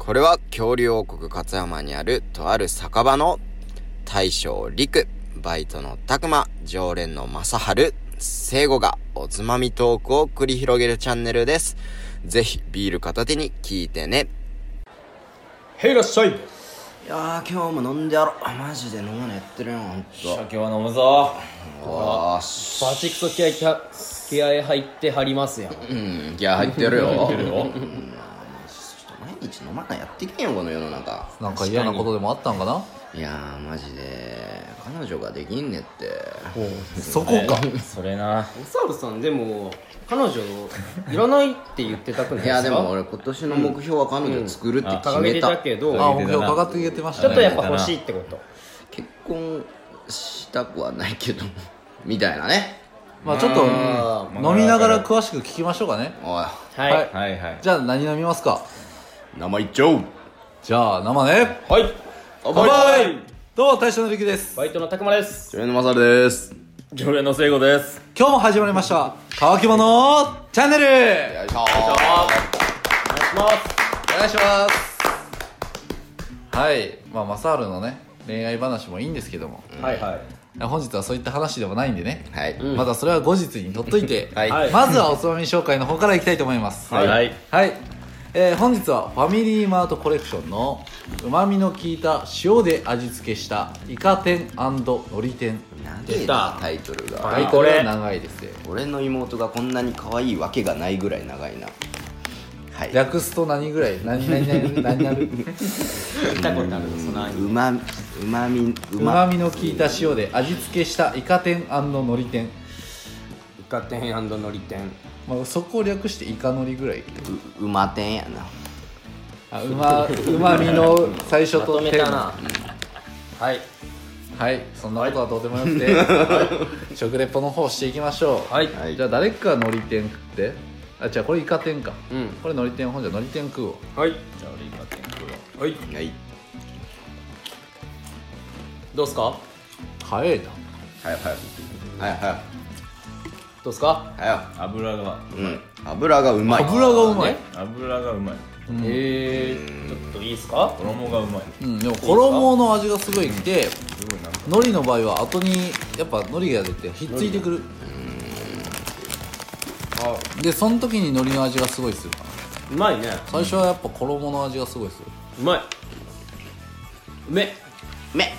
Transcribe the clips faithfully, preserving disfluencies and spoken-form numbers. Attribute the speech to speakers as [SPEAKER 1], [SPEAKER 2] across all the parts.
[SPEAKER 1] これは恐竜王国勝山にあるとある酒場の大将陸、バイトの拓磨、常連の正春、聖子がおつまみトークを繰り広げるチャンネルです。ぜひビール片手に聞いてね。
[SPEAKER 2] へいらっしゃい。
[SPEAKER 1] いやー今日も飲んでやろ。マジで飲まねやってるよほんと。
[SPEAKER 2] 今日は飲むぞ。
[SPEAKER 1] わーし
[SPEAKER 2] バチクソ気合い気合い入ってはりますやん。
[SPEAKER 1] うん気合入ってるよ
[SPEAKER 2] 入ってるよ。
[SPEAKER 1] 毎日飲まないやってけんよこの世の中。
[SPEAKER 3] なんか嫌なことでもあったんかな。
[SPEAKER 1] いやーマジで彼女ができんねって
[SPEAKER 3] そこか。
[SPEAKER 2] それな。
[SPEAKER 4] おさるさんでも彼女いらないって言ってたくない
[SPEAKER 1] い
[SPEAKER 4] ですか？
[SPEAKER 1] やでも俺今年の目標は彼女作るって決
[SPEAKER 4] 掲げて
[SPEAKER 1] めた、
[SPEAKER 4] たけど、
[SPEAKER 3] あ、目標かかって言ってましたね。
[SPEAKER 4] ちょっとやっぱ欲しいってこと。
[SPEAKER 1] 結婚したくはないけどみたいなね。
[SPEAKER 3] まあちょっと
[SPEAKER 2] あー
[SPEAKER 3] 飲みながら詳しく聞きましょうかね。
[SPEAKER 1] おい
[SPEAKER 4] はい、
[SPEAKER 3] はい
[SPEAKER 2] はいはい。
[SPEAKER 3] じゃあ何飲みますか。
[SPEAKER 1] 生一丁
[SPEAKER 3] じゃあ生ね。
[SPEAKER 4] はい、
[SPEAKER 3] 乾杯。どうも大将のりくです。
[SPEAKER 4] バイトのたくまです。
[SPEAKER 1] 主演のマサルです。
[SPEAKER 2] 常連の聖子です。
[SPEAKER 3] 今日も始まりました乾き物チャンネル。
[SPEAKER 1] よいしょー。
[SPEAKER 4] お願いします。
[SPEAKER 3] お願いしますはいまあマサールのね恋愛話もいいんですけども、
[SPEAKER 4] はいはい。
[SPEAKER 3] 本日はそういった話でもないんでね、
[SPEAKER 1] はい、
[SPEAKER 3] まだそれは後日にとっといて、
[SPEAKER 1] はい
[SPEAKER 4] はい
[SPEAKER 3] まずはおつまみ紹介の方からいきたいと思います。
[SPEAKER 2] はいはい。
[SPEAKER 3] はい、えー本日はファミリーマートコレクションのうまみの効いた塩で味付けしたイカ天&のり天。
[SPEAKER 1] 長いなタイトルが、
[SPEAKER 4] はい
[SPEAKER 3] これは長いですね。
[SPEAKER 1] 俺の妹がこんなに可愛いわけがないぐらい長いな。はい、
[SPEAKER 3] 略すと何ぐらい何何何何なる
[SPEAKER 4] 見たことあるのそのアニメ。
[SPEAKER 1] うまうまみう
[SPEAKER 3] う
[SPEAKER 1] ま
[SPEAKER 3] まみの効いた塩で味付けしたイカ天&のり天。
[SPEAKER 4] イカ天&のり天。
[SPEAKER 3] まあ、そこを略してイカのりぐらい。
[SPEAKER 1] ううま天やな。
[SPEAKER 3] あうまうまみの最初
[SPEAKER 4] まと
[SPEAKER 3] とテーマ。
[SPEAKER 4] めたな。はい。
[SPEAKER 3] はいそんなことはどうでもよくて、食レポの方していきましょう。
[SPEAKER 4] はい。
[SPEAKER 1] はい
[SPEAKER 3] じゃあ誰かのり天食って。あ違うこれイカ天か。
[SPEAKER 4] うん。
[SPEAKER 3] これのり天ほんじゃのり天食うわ。
[SPEAKER 4] はい。
[SPEAKER 2] じゃあ俺今天空を。
[SPEAKER 4] はい。
[SPEAKER 1] はい
[SPEAKER 4] どうすか？
[SPEAKER 3] 早いな。
[SPEAKER 1] はいはいはいはい
[SPEAKER 4] どうすか？
[SPEAKER 1] は
[SPEAKER 2] 油が
[SPEAKER 1] いうん油がうまい。
[SPEAKER 3] 油がうまい。
[SPEAKER 2] 油がうまい。
[SPEAKER 3] うん
[SPEAKER 4] えー、ちょっといいですか？
[SPEAKER 2] 衣がうまい。
[SPEAKER 3] うん、でも衣の味がすごいきて、
[SPEAKER 2] すごいなんか
[SPEAKER 3] 海苔の場合は後にやっぱ海苔が出てひっついてくる。でその時に海苔の味がすごいするかな。
[SPEAKER 4] うまいね。
[SPEAKER 3] 最初はやっぱ衣の味がすごいする。
[SPEAKER 4] うまい。うめ。
[SPEAKER 1] め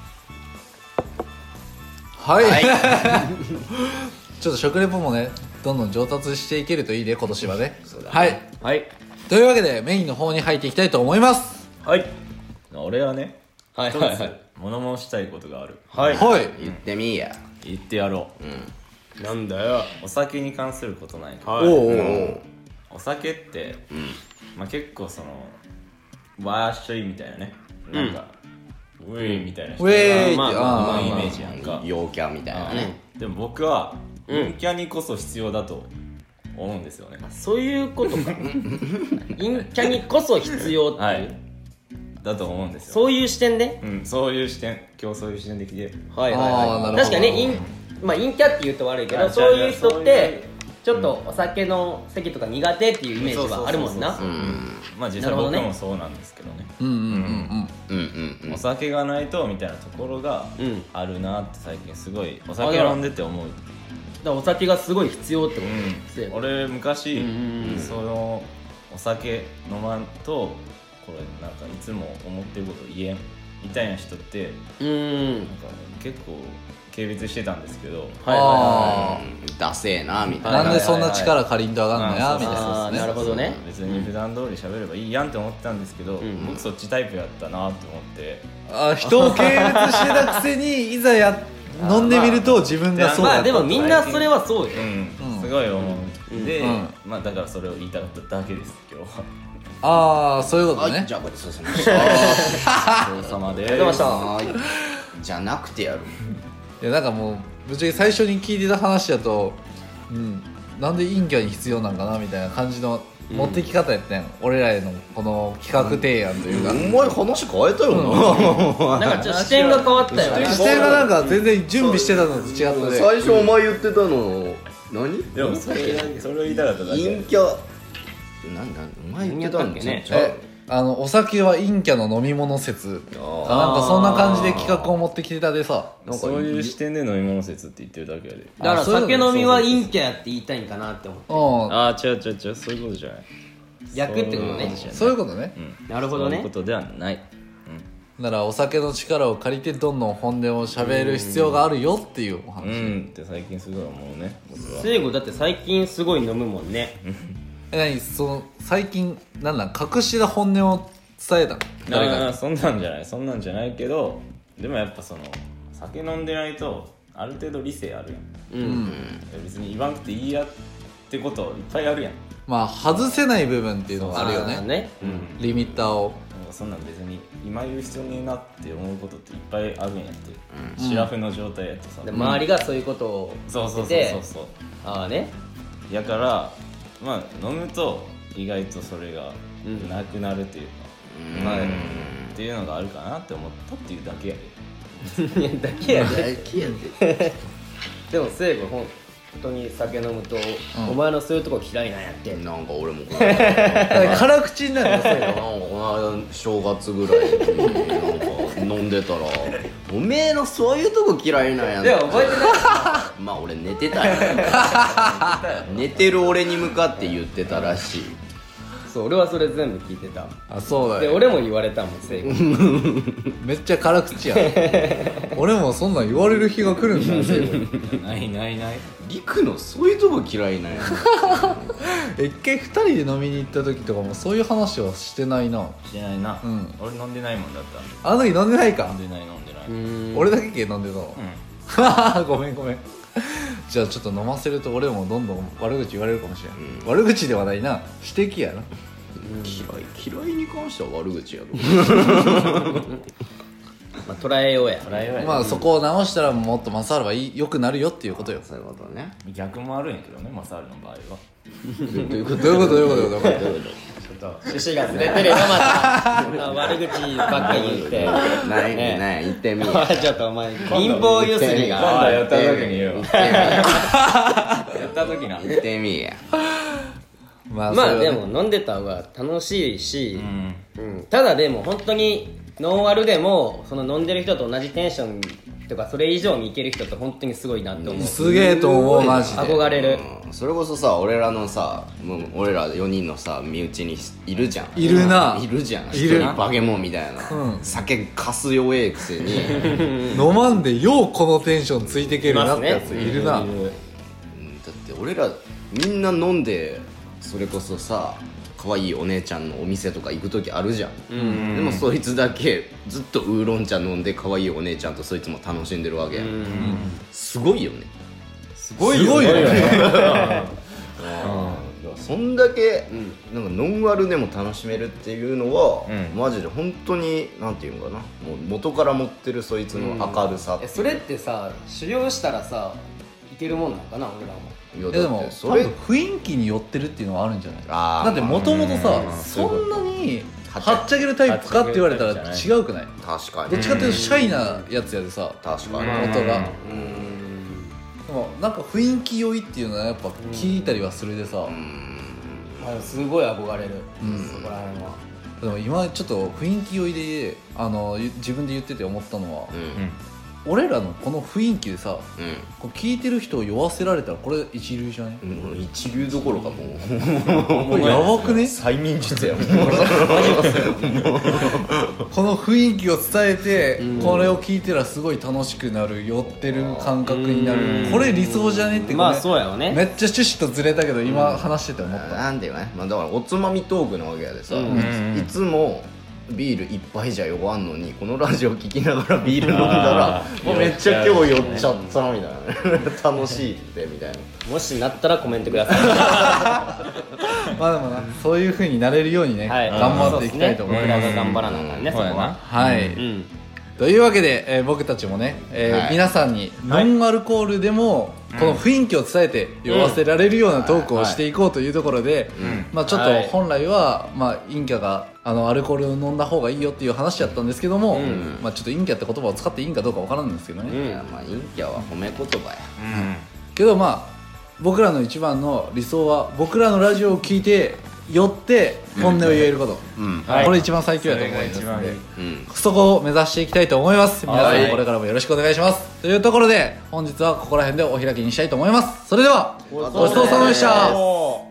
[SPEAKER 3] はい、ちょっと食レポもねどんどん上達していけるといいね今年はね。
[SPEAKER 1] そうだね
[SPEAKER 3] はい
[SPEAKER 4] はい。
[SPEAKER 3] というわけでメインの方に入っていきたいと思います。
[SPEAKER 4] はい。
[SPEAKER 2] 俺はね、
[SPEAKER 4] はい
[SPEAKER 2] 一
[SPEAKER 4] はいはい。
[SPEAKER 2] つ物申したいことがある。
[SPEAKER 4] はい。
[SPEAKER 3] はい
[SPEAKER 1] 言ってみいや。
[SPEAKER 2] 言ってやろう。
[SPEAKER 4] なんだよ。
[SPEAKER 2] お酒に関することないけど、
[SPEAKER 4] はい。
[SPEAKER 3] おうおうおう
[SPEAKER 2] お酒って、まあ、結構そのわーっしょいみたいなね、なんか、ウェイみたいな人
[SPEAKER 3] ウェーイって、
[SPEAKER 4] まあまあ
[SPEAKER 2] まあ
[SPEAKER 3] あー
[SPEAKER 2] イメージやんか。
[SPEAKER 1] 陽キャみたいなね。
[SPEAKER 2] でも僕は
[SPEAKER 4] うん
[SPEAKER 2] 陰キャにこそ必要だと思うんですよね。
[SPEAKER 4] そういうことか。陰キャにこそ必要っていう、
[SPEAKER 2] はいだと思うんですよ。
[SPEAKER 4] そういう視点で。
[SPEAKER 2] うん、そういう視点、今日そういう視点で来て。
[SPEAKER 4] はいはい
[SPEAKER 3] あーなるほど
[SPEAKER 4] はい。確かにね、陰まあ陰キャって言うと悪いけど、
[SPEAKER 2] あ
[SPEAKER 4] そういう人っ
[SPEAKER 2] そういう
[SPEAKER 4] てちょっとお酒の席とか苦手っていうイメージはあるもんな。
[SPEAKER 2] そうそうそうそうまあ実際僕
[SPEAKER 4] なるほどね
[SPEAKER 2] もそうなんですけどね。
[SPEAKER 3] うんうんうん
[SPEAKER 1] うんうんうん
[SPEAKER 2] お酒がないとみたいなところが
[SPEAKER 4] うん
[SPEAKER 2] あるなって最近すごいお酒飲んでて思う。
[SPEAKER 4] だからお酒がすごい必要ってこと
[SPEAKER 2] うん、俺昔、
[SPEAKER 4] うんうんうん
[SPEAKER 2] そのお酒飲まんとこれなんかいつも思ってること言えんみたいな人って
[SPEAKER 4] うーん。
[SPEAKER 2] なんか結構軽蔑してたんですけど、
[SPEAKER 4] はいはい
[SPEAKER 3] あ
[SPEAKER 1] うんダセえなみた
[SPEAKER 3] あ
[SPEAKER 1] いな。
[SPEAKER 3] なんでそんな力借りんとあかんの
[SPEAKER 2] はいはいはい
[SPEAKER 3] やみたいな
[SPEAKER 4] あーなるほどね。
[SPEAKER 2] 別に普段通り喋ればいいやんって思ってたんですけど、
[SPEAKER 4] ん
[SPEAKER 2] 僕そっちタイプやったなって思って
[SPEAKER 3] あ人を軽蔑してたくせにいざや飲んでみると自分がそうだった。
[SPEAKER 4] まあでもみんなそれはそうよ。
[SPEAKER 2] うん、すごい思う、で、
[SPEAKER 3] うん
[SPEAKER 2] まあだからそれを言いたかっただけです今日は。
[SPEAKER 3] ああそういうことね
[SPEAKER 1] はいじ。ゃあごちそうさまでした。
[SPEAKER 2] お疲れ様で
[SPEAKER 4] ありがとうございました
[SPEAKER 1] はーいじゃなくてやる。
[SPEAKER 3] いやなんかもうぶっちゃけ最初に聞いてた話だと、うん、なんで陰キャに必要なんかなみたいな感じの持ってき方やったやん、俺らへのこの企画提案というか、
[SPEAKER 1] お前話変えたよな。
[SPEAKER 4] なんかちょっと視点が変わったよね。
[SPEAKER 3] 視点がなんか全然準備してたのと違ったで、
[SPEAKER 1] 最初お前言ってたの何？
[SPEAKER 2] でもそれそれを言いたかっただけ。
[SPEAKER 1] 陰キャなんなんお前言ってたんだ
[SPEAKER 4] ね
[SPEAKER 3] えあのお酒は陰キャの飲み物説かなんかそんな感じで企画を持ってきてたでさ
[SPEAKER 1] なんか
[SPEAKER 2] そういう視点で飲み物説って言ってるだけやで
[SPEAKER 4] だから
[SPEAKER 3] あそういうの
[SPEAKER 4] 酒飲みは陰キャやって言いたいんかなって思って
[SPEAKER 3] うん
[SPEAKER 2] ああ違う違う違うそういうことじゃない
[SPEAKER 4] 逆ってことね
[SPEAKER 3] そういうことね、
[SPEAKER 2] うん
[SPEAKER 4] なるほどね
[SPEAKER 2] そういうことではない
[SPEAKER 3] だからお酒の力を借りてどんどん本音を喋る必要があるよっていうお話、
[SPEAKER 2] うんって最近すごい思うね僕は
[SPEAKER 4] 聖子だって最近すごい飲むもんね
[SPEAKER 3] え何その最近なんなん隠してた本音を伝えたの誰かに
[SPEAKER 2] ああそんなんじゃないそんなんじゃないけどでもやっぱその酒飲んでないとある程度理性あるやん
[SPEAKER 4] うん
[SPEAKER 2] 別に言わんくていいやってこといっぱいあるやん
[SPEAKER 3] まあ外せない部分っていうのがあるよね
[SPEAKER 4] あーね
[SPEAKER 3] リミッターを
[SPEAKER 2] なんかそんなん別に今言う必要ねえなって思うことっていっぱいあるんやって、シラフの状態やとさ、
[SPEAKER 4] で周りがそういうことを
[SPEAKER 2] そうそうそう
[SPEAKER 4] 言って
[SPEAKER 2] そうそう
[SPEAKER 4] ああね
[SPEAKER 2] やからまあ飲むと意外とそれがなくなるっていうか、はいっていうのがあるかなって思ったっていうだけやで
[SPEAKER 4] いやだけやで
[SPEAKER 1] 大嫌いで
[SPEAKER 4] でも聖子本当に酒飲むと、お前のそういうとこ嫌いなんやって
[SPEAKER 1] なんか俺もこの間
[SPEAKER 3] 辛口になるのそういう
[SPEAKER 1] なんかこの間正月ぐらいになんか飲んでたら「おめえのそういうとこ嫌いなんやん」
[SPEAKER 4] でも覚えてない
[SPEAKER 1] まあ俺寝てたよ寝てる俺に向かって言ってたらしい
[SPEAKER 4] そう俺はそれ全部聞いてた
[SPEAKER 3] あそうだ
[SPEAKER 4] で
[SPEAKER 3] よ
[SPEAKER 4] 俺も言われたもん聖子
[SPEAKER 3] めっちゃ辛口やん俺もそんなん言われる日が来るんだ聖子に
[SPEAKER 2] ないないない
[SPEAKER 1] リクのそういうとこ嫌いなんや
[SPEAKER 3] え一回二人で飲みに行った時とかもそういう話はしてないな
[SPEAKER 2] してないな、
[SPEAKER 3] うん
[SPEAKER 2] 俺飲んでないもんだった
[SPEAKER 3] あの時飲んでないか
[SPEAKER 2] 飲んでない飲んでない、
[SPEAKER 4] うーん
[SPEAKER 3] 俺だけ系飲んでたの、
[SPEAKER 2] うん
[SPEAKER 3] ごめんごめんじゃあちょっと飲ませると俺もどんどん悪口言われるかもしれない、悪口ではないな指摘やな
[SPEAKER 1] 嫌い嫌いに関しては悪口やろ
[SPEAKER 4] まあ捉えようや
[SPEAKER 2] 捉えようやね
[SPEAKER 3] まあそこを直したらもっとマサールはいい良くなるよっていうことよ
[SPEAKER 1] そういうことね
[SPEAKER 2] 逆もあるんやけどねマサールの場合は
[SPEAKER 1] どういうこと
[SPEAKER 3] どういうことどういうことどういうこと
[SPEAKER 1] どういうこ
[SPEAKER 4] ちょっと趣旨がずれてるよまたそんな悪口ばっかり言って
[SPEAKER 1] とない
[SPEAKER 4] ね
[SPEAKER 1] ない言ってみ
[SPEAKER 4] おいちょっとお前貧乏ゆすり
[SPEAKER 2] 今
[SPEAKER 4] が
[SPEAKER 2] 度やった時に言うわ
[SPEAKER 1] 言ってみ
[SPEAKER 2] やった時な
[SPEAKER 1] 言ってみや
[SPEAKER 3] まあ
[SPEAKER 4] まあ
[SPEAKER 3] それはね
[SPEAKER 4] でも飲んでた方が楽しいし、
[SPEAKER 2] うん
[SPEAKER 4] うんただでも本当にノンアルでもその飲んでる人と同じテンションとかそれ以上にいける人って本当にすごいなって思う、
[SPEAKER 3] すげえと思うマジで
[SPEAKER 4] 憧れる、
[SPEAKER 1] うんそれこそさ俺らのさもう俺らよにんのさ身内にいるじゃん
[SPEAKER 3] いるない
[SPEAKER 1] るじゃん
[SPEAKER 3] いる
[SPEAKER 1] 一人バケモンみたいな、
[SPEAKER 3] うん
[SPEAKER 1] 酒かす弱えくせに
[SPEAKER 3] 飲まんでようこのテンションついてけるなってやつ
[SPEAKER 4] いますね
[SPEAKER 3] いるな、
[SPEAKER 1] うんだって俺らみんな飲んでそれこそさ可愛いお姉ちゃんのお店とか行く時あるじゃん、でもそいつだけずっとウーロン茶飲んで可愛いお姉ちゃんとそいつも楽しんでるわけや、すごいよね
[SPEAKER 3] すごいよね
[SPEAKER 1] そんだけ、なんかノンアルでも楽しめるっていうのは、
[SPEAKER 2] うん
[SPEAKER 1] マジで本当になんていうのかなもう元から持ってるそいつの明るさ、
[SPEAKER 4] えそれってさ修行したらさいけるもんなんかな俺らも
[SPEAKER 1] いや
[SPEAKER 3] いやでも
[SPEAKER 1] だってそれ
[SPEAKER 3] 多分雰囲気によってるっていうのはあるんじゃない
[SPEAKER 1] あー
[SPEAKER 3] だってもともとさ
[SPEAKER 1] うん
[SPEAKER 3] そんなに
[SPEAKER 1] はっちゃ
[SPEAKER 3] はっちゃけるタイプかって言われたら
[SPEAKER 2] はっちゃ
[SPEAKER 3] 違うくない
[SPEAKER 1] 確かに
[SPEAKER 3] どっちかっていうとシャイなやつやでさ
[SPEAKER 1] 確かに、
[SPEAKER 3] 元が
[SPEAKER 4] うん
[SPEAKER 3] でもなんか雰囲気良いっていうのはやっぱ聞いたりはするでさ、
[SPEAKER 4] まあすごい憧れる、そこら辺は
[SPEAKER 3] でも今ちょっと雰囲気良いであのゆ自分で言ってて思ったのは、
[SPEAKER 1] うん
[SPEAKER 3] 俺らのこの雰囲気でさ
[SPEAKER 1] うん
[SPEAKER 3] こう聞いてる人を酔わせられたらこれ一流じゃない、
[SPEAKER 1] もう一流どころかもう
[SPEAKER 3] これやばくね
[SPEAKER 2] 催眠術やもん
[SPEAKER 3] この雰囲気を伝えて、これを聞いてたらすごい楽しくなる酔ってる感覚になる、これ理想じゃねって
[SPEAKER 4] まあ
[SPEAKER 3] これ
[SPEAKER 4] そうやろね
[SPEAKER 3] めっちゃ趣旨とずれたけど今話してて思った、
[SPEAKER 1] なんでよね、まあ、だからおつまみトークなわけやでさ、
[SPEAKER 4] うん
[SPEAKER 1] いつもビール一杯じゃ酔わんのにこのラジオ聞きながらビール飲んだら
[SPEAKER 2] あー
[SPEAKER 1] もうめっちゃ今日酔っちゃったなみたいな楽しいってみたいな
[SPEAKER 4] もしなったらコメントくださ
[SPEAKER 3] まあでもなそういう風になれるようにね、
[SPEAKER 4] いはい
[SPEAKER 3] 頑張っていきたいと思います、
[SPEAKER 4] 俺らが頑張らなあかんねそこは
[SPEAKER 3] はい、
[SPEAKER 4] うん
[SPEAKER 3] というわけで、えー僕たちもね、えー
[SPEAKER 1] はい
[SPEAKER 3] 皆さんにノンアルコールでもこの雰囲気を伝えて酔わせられるようなトークをしていこうというところで、まあ、ちょっと
[SPEAKER 4] はい
[SPEAKER 3] 本来は、まあ、陰キャがあのアルコールを飲んだ方がいいよっていう話だったんですけども、まあ、ちょっと陰キャって言葉を使っていいんかどうかわからないんですけどね、
[SPEAKER 1] いやまあ陰キャは褒め言葉や
[SPEAKER 3] けどまあ僕らの一番の理想は僕らのラジオを聞いてよって本音を言えること、
[SPEAKER 1] うん
[SPEAKER 4] はい
[SPEAKER 3] これ一番最強やと思います
[SPEAKER 2] それが一番いい
[SPEAKER 3] ので、
[SPEAKER 1] うん
[SPEAKER 3] そこを目指していきたいと思います。皆さ
[SPEAKER 4] はい
[SPEAKER 3] んこれからもよろしくお願いします。というところで本日はここら辺でお開きにしたいと思います。それではごちそうさまでした。